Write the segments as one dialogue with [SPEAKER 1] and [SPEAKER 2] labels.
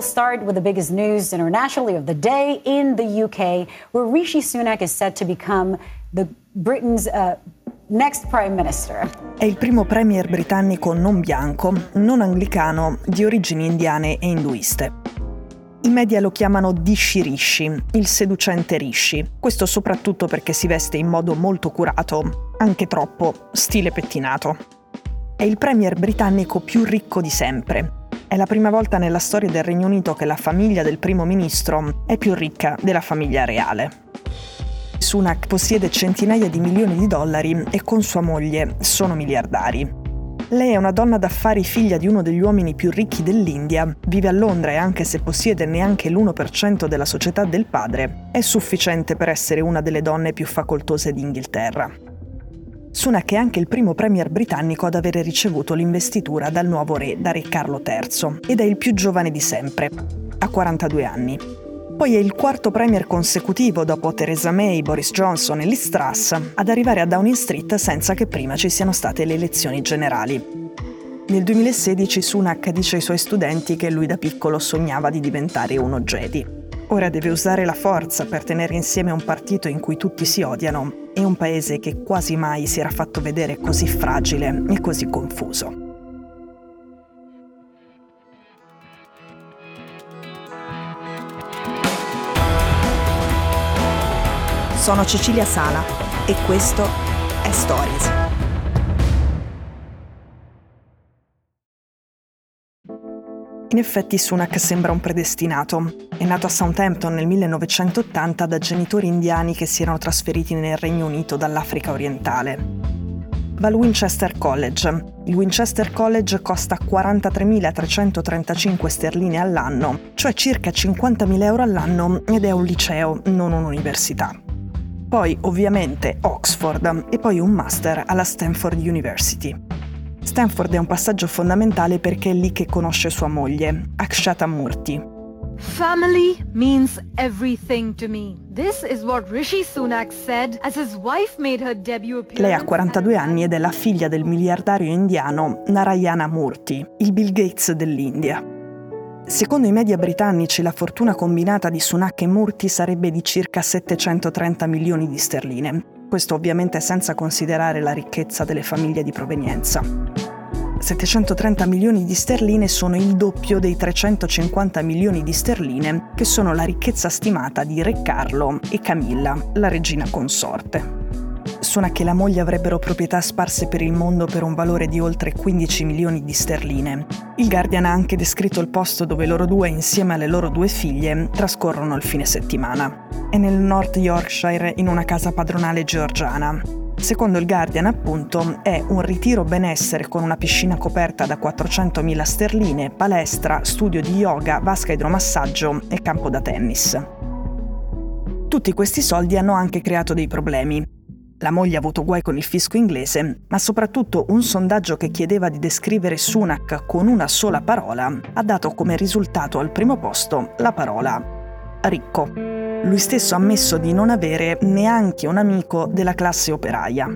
[SPEAKER 1] start with the biggest news internationally of the day in the UK, where Rishi Sunak is set to become Britain's next Prime Minister.
[SPEAKER 2] È il primo premier britannico non bianco, non anglicano, di origini indiane e induiste. I media lo chiamano Dishi Rishi, il seducente Rishi, questo soprattutto perché si veste in modo molto curato, anche troppo, stile pettinato. È il premier britannico più ricco di sempre. È la prima volta nella storia del Regno Unito che la famiglia del primo ministro è più ricca della famiglia reale. Sunak possiede centinaia di milioni di dollari e con sua moglie sono miliardari. Lei è una donna d'affari figlia di uno degli uomini più ricchi dell'India, vive a Londra e anche se possiede neanche l'1% della società del padre, è sufficiente per essere una delle donne più facoltose d'Inghilterra. Sunak è anche il primo premier britannico ad avere ricevuto l'investitura dal nuovo re, da Re Carlo III, ed è il più giovane di sempre, ha 42 anni. Poi è il quarto premier consecutivo dopo Theresa May, Boris Johnson e Liz Truss ad arrivare a Downing Street senza che prima ci siano state le elezioni generali. Nel 2016 Sunak dice ai suoi studenti che lui da piccolo sognava di diventare uno Jedi. Ora deve usare la forza per tenere insieme un partito in cui tutti si odiano e un paese che quasi mai si era fatto vedere così fragile e così confuso. Sono Cecilia Sala e questo è Stories. In effetti Sunak sembra un predestinato. È nato a Southampton nel 1980 da genitori indiani che si erano trasferiti nel Regno Unito dall'Africa orientale. Va al Winchester College. Il Winchester College costa 43.335 sterline all'anno, cioè circa 50.000 euro all'anno, ed è un liceo, non un'università. Poi ovviamente Oxford e poi un master alla Stanford University. Stanford è un passaggio fondamentale perché è lì che conosce sua moglie, Akshata Murthy.
[SPEAKER 3] Family means everything to me. This is what Rishi Sunak said as his wife made her debut appearance.
[SPEAKER 2] Lei ha 42 anni ed è la figlia del miliardario indiano Narayana Murthy, il Bill Gates dell'India. Secondo i media britannici la fortuna combinata di Sunak e Murthy sarebbe di circa 730 milioni di sterline. Questo ovviamente senza considerare la ricchezza delle famiglie di provenienza. 730 milioni di sterline sono il doppio dei 350 milioni di sterline che sono la ricchezza stimata di Re Carlo e Camilla, la regina consorte. Sunak e la moglie avrebbero proprietà sparse per il mondo per un valore di oltre 15 milioni di sterline. Il Guardian ha anche descritto il posto dove loro due, insieme alle loro due figlie, trascorrono il fine settimana. È nel North Yorkshire, in una casa padronale georgiana. Secondo il Guardian, appunto, è un ritiro benessere con una piscina coperta da 400.000 sterline, palestra, studio di yoga, vasca idromassaggio e campo da tennis. Tutti questi soldi hanno anche creato dei problemi. La moglie ha avuto guai con il fisco inglese, ma soprattutto un sondaggio che chiedeva di descrivere Sunak con una sola parola ha dato come risultato al primo posto la parola ricco. Lui stesso ha ammesso di non avere neanche un amico della classe operaia.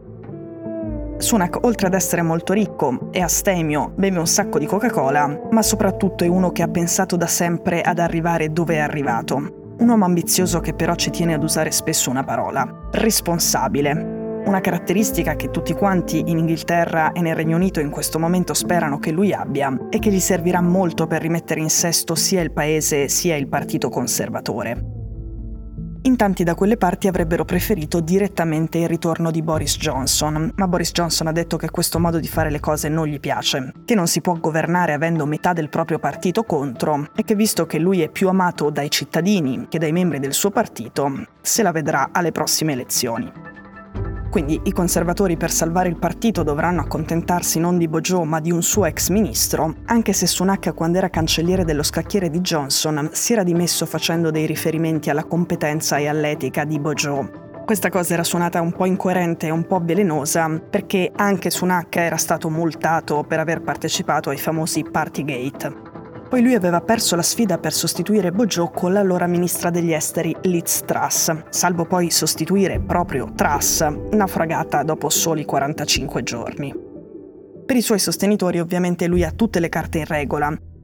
[SPEAKER 2] Sunak, oltre ad essere molto ricco, è astemio, beve un sacco di Coca-Cola, ma soprattutto è uno che ha pensato da sempre ad arrivare dove è arrivato. Un uomo ambizioso che però ci tiene ad usare spesso una parola: responsabile. Una caratteristica che tutti quanti in Inghilterra e nel Regno Unito in questo momento sperano che lui abbia e che gli servirà molto per rimettere in sesto sia il paese sia il partito conservatore. In tanti da quelle parti avrebbero preferito direttamente il ritorno di Boris Johnson, ma Boris Johnson ha detto che questo modo di fare le cose non gli piace, che non si può governare avendo metà del proprio partito contro e che visto che lui è più amato dai cittadini che dai membri del suo partito, se la vedrà alle prossime elezioni. Quindi i conservatori per salvare il partito dovranno accontentarsi non di Bojo ma di un suo ex ministro, anche se Sunak quando era cancelliere dello scacchiere di Johnson si era dimesso facendo dei riferimenti alla competenza e all'etica di Bojo. Questa cosa era suonata un po' incoerente e un po' velenosa perché anche Sunak era stato multato per aver partecipato ai famosi Partygate. Poi lui aveva perso la sfida per sostituire Bojo con l'allora ministra degli esteri Liz Truss, salvo poi sostituire proprio Truss, naufragata dopo soli 45 giorni. Per i suoi sostenitori ovviamente lui ha tutte le carte in regola.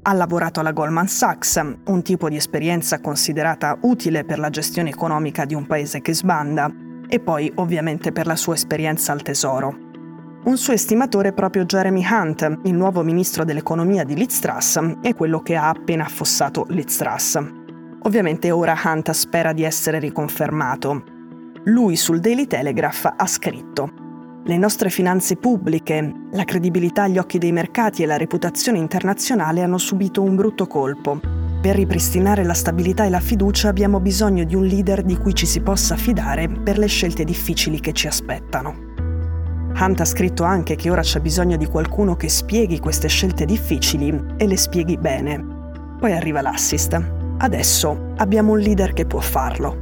[SPEAKER 2] Ha lavorato alla Goldman Sachs, un tipo di esperienza considerata utile per la gestione economica di un paese che sbanda, e poi ovviamente per la sua esperienza al Tesoro. Un suo estimatore è proprio Jeremy Hunt, il nuovo ministro dell'economia di Liz Truss e quello che ha appena affossato Liz Truss. Ovviamente ora Hunt spera di essere riconfermato. Lui sul Daily Telegraph ha scritto: «Le nostre finanze pubbliche, la credibilità agli occhi dei mercati e la reputazione internazionale hanno subito un brutto colpo. Per ripristinare la stabilità e la fiducia abbiamo bisogno di un leader di cui ci si possa fidare per le scelte difficili che ci aspettano». Hunt ha scritto anche che ora c'è bisogno di qualcuno che spieghi queste scelte difficili e le spieghi bene. Poi arriva l'assist. Adesso abbiamo un leader che può farlo.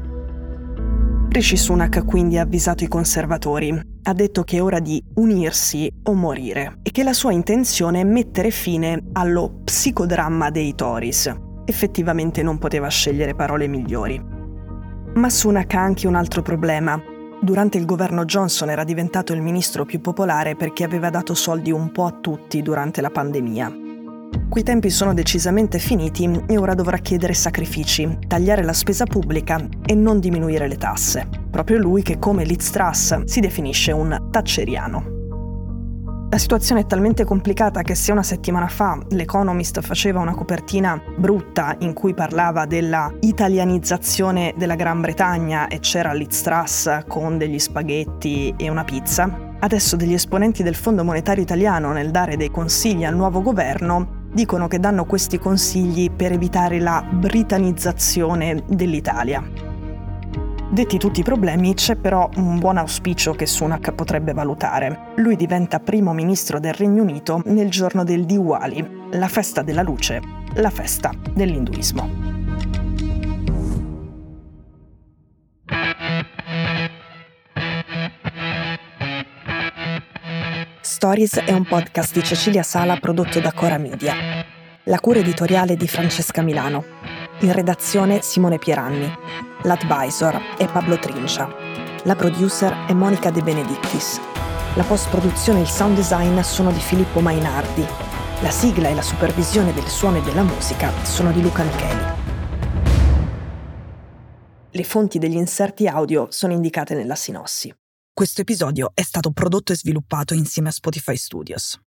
[SPEAKER 2] Rishi Sunak quindi ha avvisato i conservatori. Ha detto che è ora di unirsi o morire e che la sua intenzione è mettere fine allo psicodramma dei Tories. Effettivamente non poteva scegliere parole migliori. Ma Sunak ha anche un altro problema. Durante il governo Johnson era diventato il ministro più popolare perché aveva dato soldi un po' a tutti durante la pandemia. Quei tempi sono decisamente finiti e ora dovrà chiedere sacrifici, tagliare la spesa pubblica e non diminuire le tasse. Proprio lui che, come Liz Truss, si definisce un thatcheriano. La situazione è talmente complicata che se una settimana fa l'Economist faceva una copertina brutta in cui parlava della italianizzazione della Gran Bretagna e c'era Liz Truss con degli spaghetti e una pizza, adesso degli esponenti del Fondo Monetario Italiano, nel dare dei consigli al nuovo governo, dicono che danno questi consigli per evitare la britanizzazione dell'Italia. Detti tutti i problemi, c'è però un buon auspicio che Sunak potrebbe valutare. Lui diventa primo ministro del Regno Unito nel giorno del Diwali, la festa della luce, la festa dell'induismo. Stories è un podcast di Cecilia Sala prodotto da Cora Media. La cura editoriale di Francesca Milano. In redazione Simone Pieranni. L'advisor è Pablo Trincia. La producer è Monica De Benedictis. La post-produzione e il sound design sono di Filippo Mainardi. La sigla e la supervisione del suono e della musica sono di Luca Micheli. Le fonti degli inserti audio sono indicate nella sinossi. Questo episodio è stato prodotto e sviluppato insieme a Spotify Studios.